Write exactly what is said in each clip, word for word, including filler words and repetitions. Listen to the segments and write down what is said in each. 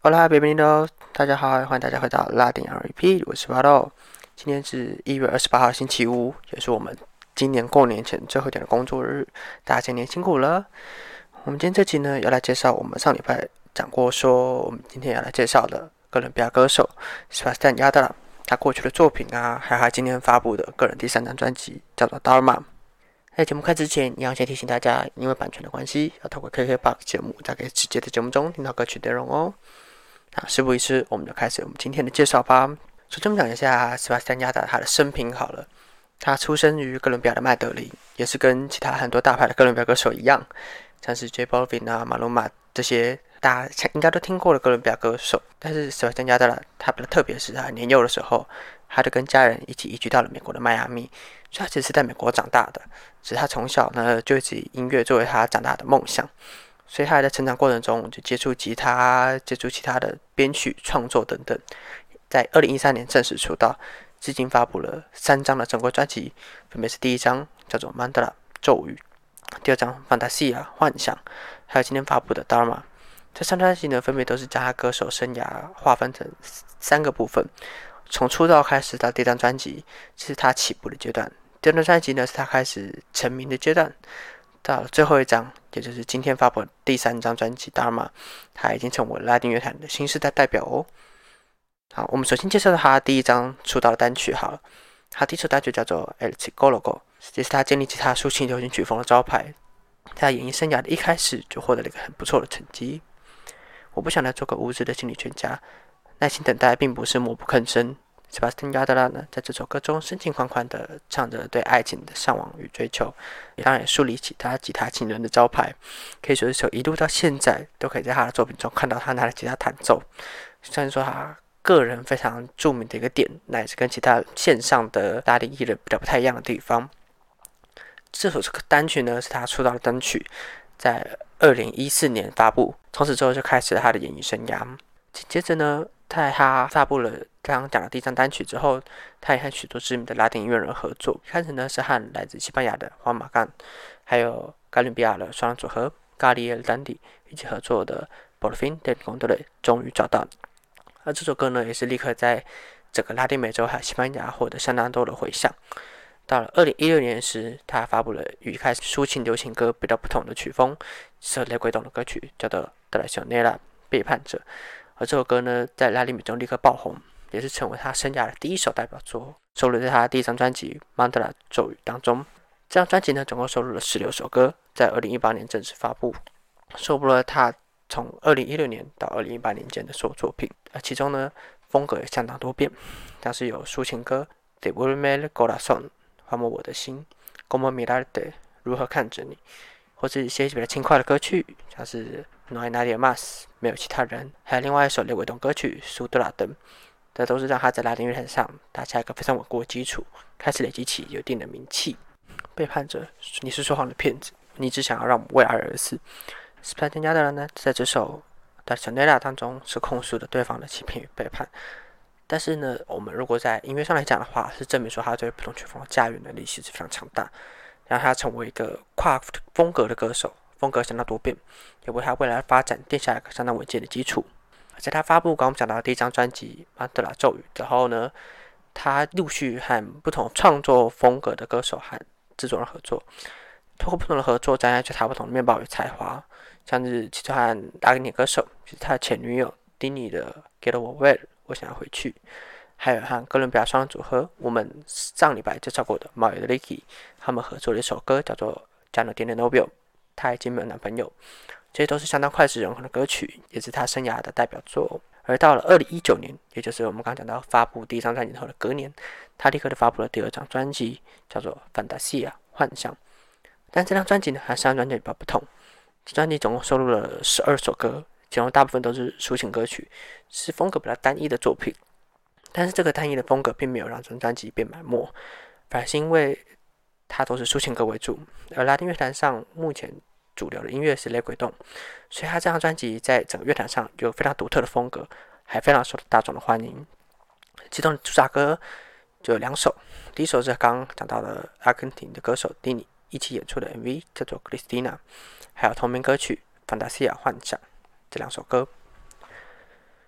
Hola, bienvenidos！大家好，欢迎大家回到拉丁 R E P，我是巴豆。今天是一月二十八号星期五，也是我们今年过年前最后一天的工作日，大家今年辛苦了。我们今天这集呢，要来介绍我们上礼拜讲过说，我们今天要来介绍的哥伦比亚歌手 Sebastián Yatra，他过去的作品啊，还有他今天发布的个人第三张专辑，叫做《Dharma》。在节目开之前，也要先提醒大家，因为版权的关系，要透过 K K B O X 节目，才可以直接在节目中听到歌曲内容哦。那事不宜迟，我们就开始我们今天的介绍吧。首先，我们讲一下斯巴斯蒂安·雅达他的生平好了。他出生于哥伦比亚的麦德林，也是跟其他很多大牌的哥伦比亚歌手一样，像是 J Balvin 啊、马龙马这些大家应该都听过的哥伦比亚歌手。但是斯巴斯蒂安·雅达他比较特别是，他年幼的时候，他就跟家人一起移居到了美国的迈阿密，所以他其实是在美国长大的。只是他从小呢就一直以音乐作为他长大的梦想。所以他在成长过程中就接触吉他、接触其他的编曲创作等等。在二零一三年正式出道，至今发布了三张的正规专辑，分别是第一张叫做《Mandala》咒语，第二张《Fantasia》幻想，还有今天发布的《Dharma》。这三张专辑呢，分别都是将他歌手生涯划分成三个部分，从出道开始到第一张专辑是他起步的阶段，第二张专辑呢是他开始成名的阶段。到了最后一张，也就是今天发布的第三张专辑《Dharma》，他已经成为拉丁乐坛的新时代代表哦。好，我们首先介绍他第一张出道的单曲好了。他第一首单曲叫做《El Psicólogo》，这是他建立起他抒情流行曲风的招牌。在演艺生涯的一开始就获得了一个很不错的成绩。我不想来做个无知的心理学家，耐心等待并不是默不吭声。Sebastián Yatra 呢，在这首歌中深情款款地唱着对爱情的向往与追求，也当然也树立起他吉他情人的招牌。可以说，这首一路到现在，都可以在他的作品中看到他拿着吉他弹奏。虽然说他个人非常著名的一个点，那也是跟其他线上的拉丁艺人比较不太一样的地方。这首单曲呢，是他出道的单曲，在二零一四年发布，从此之后就开始了他的演艺生涯。紧接着呢，在他发布了刚刚讲的第一张单曲之后，他也和许多知名的拉丁音乐人合作。一开始呢是和来自西班牙的黄马干，还有哥伦比亚的双人组合咖喱尔丹迪一起合作的 Por fin te encontré， 终于找到。而这首歌呢，也是立刻在整个拉丁美洲还有西班牙获得相当多的回响。到了二零一六年时，他发布了与一开始抒情流行歌比较不同的曲风，是雷鬼动的歌曲，叫做《Traicionera》背叛者。而这首歌呢，在拉丁美中立刻爆红，也是成为他生涯的第一首代表作，收录在他第一张专辑《Mandala 咒语》当中。这张专辑呢，总共收录了十六首歌，在二零一八年正式发布，收录了他从二零一六年到二零一八年间的所有作品。而其中呢，风格也相当多变，像是有抒情歌《Devuélveme el Corazón》还我我的心 ，Como mirarte 如何看着你，或是一些比较轻快的歌曲，像是 No hay nadie más 没有其他人，还有另外一首雷鬼动歌曲 Su d r a d e m， 这都是让他在拉丁乐坛上打下一个非常稳固的基础，开始累积起有一定的名气。背叛者，你是说谎的骗子，你只想要让我们为爱而死。斯派天加的人呢，在这首的小内拉当中是控诉的对方的欺骗与背叛。但是呢，我们如果在音乐上来讲的话，是证明说他对不同曲风的驾驭能力其实非常强大，让他成为一个跨风格的歌手，风格相当多变，也为他未来的发展奠下一个相当稳健的基础。在他发布刚刚我们讲到的第一张专辑《曼德拉咒语》之后呢，他陆续和不同创作风格的歌手和制作人合作，通过不同的合作，展现出他不同的面貌与才华，像是其中和阿根廷歌手，就是他的前女友丁尼的《Quiero Volver》，我想要回去，还有和哥伦比亚双人组合，我们上礼拜介绍过的毛野的 Ricky， 他们合作的一首歌叫做《Ya no tiene novio》，他已经没有男朋友。这些都是相当脍炙人口的歌曲，也是他生涯的代表作。而到了二零一九年，也就是我们刚刚讲到发布第一张专辑后的隔年，他立刻就发布了第二张专辑，叫做《Fantasia》幻想。但这张专辑呢，和上张专辑比较不同，这专辑总共收录了十二首歌，其中大部分都是抒情歌曲，是风格比较单一的作品。但是这个单一的风格并没有让这张专辑变埋没，反而是因为它都是抒情歌为主，而拉丁乐坛上目前主流的音乐是雷鬼动，所以他这张专辑在整个乐坛上有非常独特的风格，还非常受到大众的欢迎。其中的主打歌就有两首，第一首是刚刚讲到的阿根廷的歌手蒂尼一起演出的 M V， 叫做《Cristina》，还有同名歌曲《Fantasia》幻想这两首歌。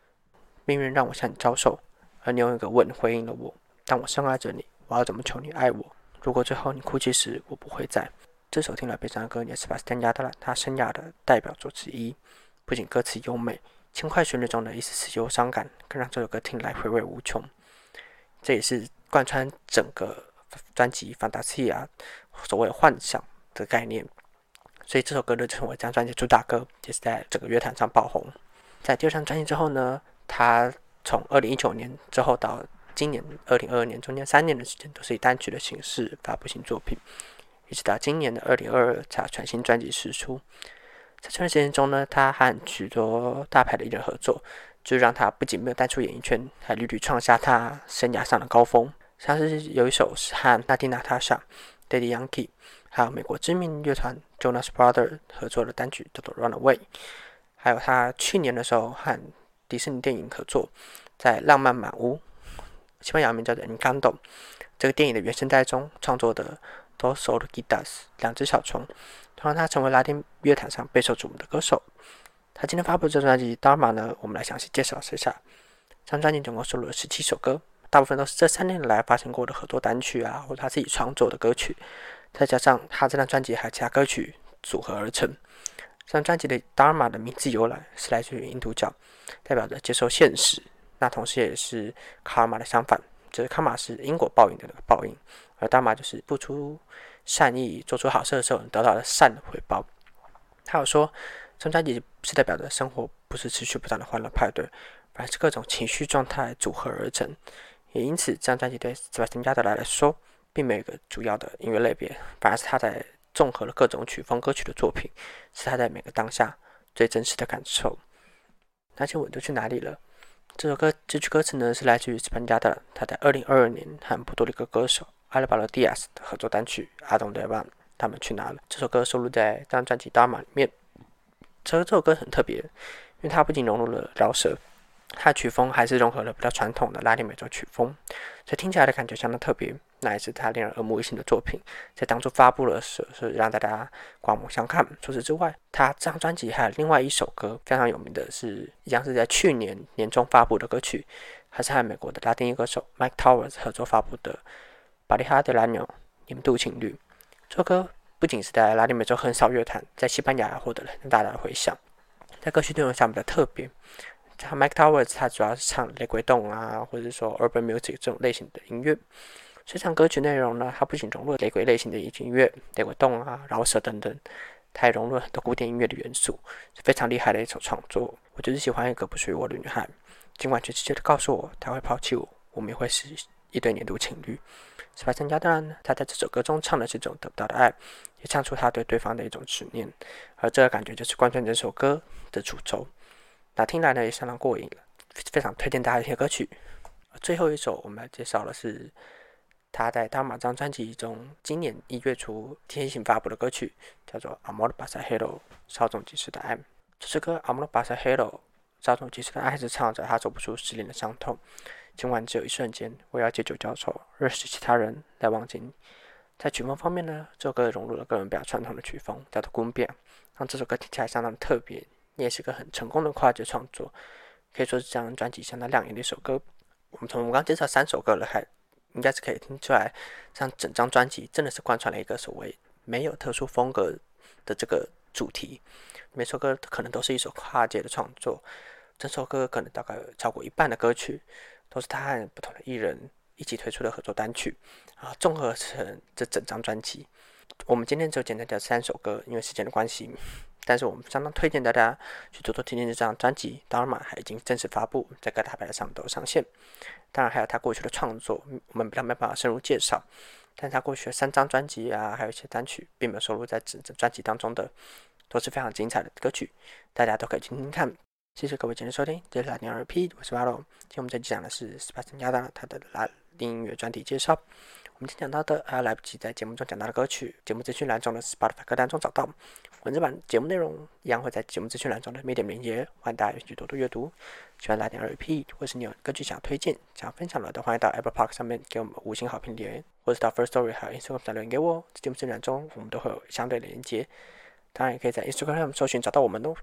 命运让我向你招手，而你用一个吻回应了我。但我深爱着你，我要怎么求你爱我？如果最后你哭泣时，我不会在。这首听了悲伤的歌也是巴斯汀·亚特兰他生涯的代表作之一。不仅歌词优美，轻快旋律中的一丝丝忧伤感，更让这首歌听来回味无穷。这也是贯穿整个专辑《Fantasia》所谓幻想的概念，所以这首歌就成为这张专辑主打歌，也是在整个乐坛上爆红。在第二张专辑之后呢，他从二零一九年之后到今年二零二二年，中间三年的时间都是以单曲的形式发布新作品，一直到今年的二零二二才全新专辑释出。在这段时间中呢，他和许多大牌的艺人合作，就让他不仅没有淡出演艺圈，还屡屡创下他生涯上的高峰。像是有一首是和娜蒂娜塔莎、Daddy Yankee， 还有美国知名乐团 Jonas Brothers 合作的单曲叫做《Runaway》，还有他去年的时候和迪士尼电影合作，在《浪漫满屋》西班牙名叫做 Encanto 这个电影的原声带中创作的 Dos Oruguitas 两只小虫，同让他成为拉丁乐坛上备受瞩目的歌手。他今天发布的这张专辑《Dharma》呢，我们来详细介绍一下。这张专辑总共收录了十七首歌，大部分都是这三年来发行过的合作单曲啊，或者他自己创作的歌曲，再加上他这张专辑还有其他歌曲组合而成。这张专辑的 Dharma 的名字由来是来自于印度教，代表着接受现实，那同时也是卡玛的相反，就是卡玛是因果报应的那个报应，而 Dharma 就是付出善意、做出好事的时候得到了善的回报。他有说，这张专辑是代表着生活不是持续不断的欢乐派对，反而是各种情绪状态组合而成。也因此，这张专辑对斯巴斯汀·亚特兰来说，并没有一个主要的音乐类别，反而是他在综合了各种曲风歌曲的作品，是他在每个当下最真实的感受。那些吻都去哪里了？这首歌这句歌词呢，是来自于斯巴斯汀·亚特兰他在二零二二年和波多黎各歌手阿尔巴罗·迪亚斯的合作单曲《阿东德万》，他们去哪了？这首歌收录在这张专辑《Dharma》里面。这首歌很特别，因为它不仅融入了饶舌，它的曲风还是融合了比较传统的拉丁美洲曲风，所以听起来的感觉相当特别。那也是他令人耳目一新的作品，在当初发布的时候是让大家刮目相看。除此之外，他这张专辑还有另外一首歌非常有名的是，一样是在去年年中发布的歌曲，还是和美国的拉丁裔歌手 Mike Towers 合作发布的《巴利哈德拉纽》年度情侣。这首歌不仅是在拉丁美洲横扫乐坛，在西班牙获得了很大的回响。在歌曲内容上比较特别，像 Mike Towers 他主要是唱雷鬼动啊，或者说 Urban Music 这种类型的音乐。这场歌曲内容呢，它不仅融入了雷鬼类型的音乐、雷鬼动啊、饶舌等等，它也融入了很多古典音乐的元素，是非常厉害的一首创作。我就是喜欢一个不属于我的女孩，尽管全世界都告诉我她会抛弃我，我们也会是一对年度情侣。斯巴斯汀·亚特兰他在这首歌中唱的是一种得不到的爱，也唱出他对对方的一种执念，而这个感觉就是贯穿整首歌的主轴。那听来呢也相当过瘾了，非常推荐大家一些歌曲。最后一首我们来介绍的是他在《Dharma》这张专辑中今年一月初天行发布的歌曲，叫做《Amor Pasajero》稍纵即逝的爱。这首歌《Amor Pasajero》稍纵即逝的爱是唱着他走不出失恋的伤痛，尽管只有一瞬间，我要借酒浇愁，认识其他人来忘记你。在曲风方面呢，这首歌融入了个人比较传统的曲风，叫做 Cumbia， 让这首歌听起来相当特别，也是个很成功的跨界创作，可以说是这张专辑相当亮眼的一首歌。我们从我们刚介绍三首歌了，还应该是可以听出来，像整张专辑真的是贯穿了一个所谓没有特殊风格的这个主题，每首歌可能都是一首跨界的创作，整首歌可能大概超过一半的歌曲都是他和不同的艺人一起推出的合作单曲啊，综合成这整张专辑。我们今天只有简单讲三首歌，因为时间的关系，但是我们相当推荐大家去多多听听这张专辑。Dharma还已经正式发布，在各大平台上都有上线。当然还有他过去的创作，我们比较没办法深入介绍，但他过去的三张专辑啊，还有一些单曲，并没有收录在整张专辑当中的，都是非常精彩的歌曲，大家都可以听听看。谢谢各位今天的收听，这是拉丁 R P， 我是 Valo。今天我们这集讲的是斯巴斯汀·亚特兰他的拉丁音乐专题介绍。我们今天讲到的还有来不及在节目中讲到的歌曲，节目资讯栏中的 Spotify 歌单中找到。文字版节目内容一样会在节目资讯栏中的 Medium 连结，欢迎大家去多多阅读。喜欢拉丁 R P， 或是你有歌曲想推荐、想分享的，都欢迎到 Apple Park 上面给我们五星好评留言，或是到 First Story 还有 Instagram 上留言给我。节目资讯栏中我们都会有相对的连结，当然也可以在 Instagram 上搜寻找到我们哦。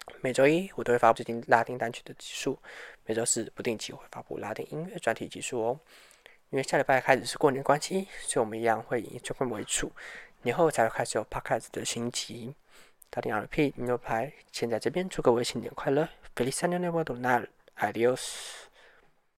每周一我都会发布最近拉丁单曲的集数，每周四不定期会发布拉丁音乐专题集数哦。因为下礼拜开始是过年关系，所以我们一样会以周更为主，年后才会开始有 Podcast 的新集。拉丁 R P 牛排，先在这边祝各位新年快乐 ，Feliz Año Nuevo Donal，Adios。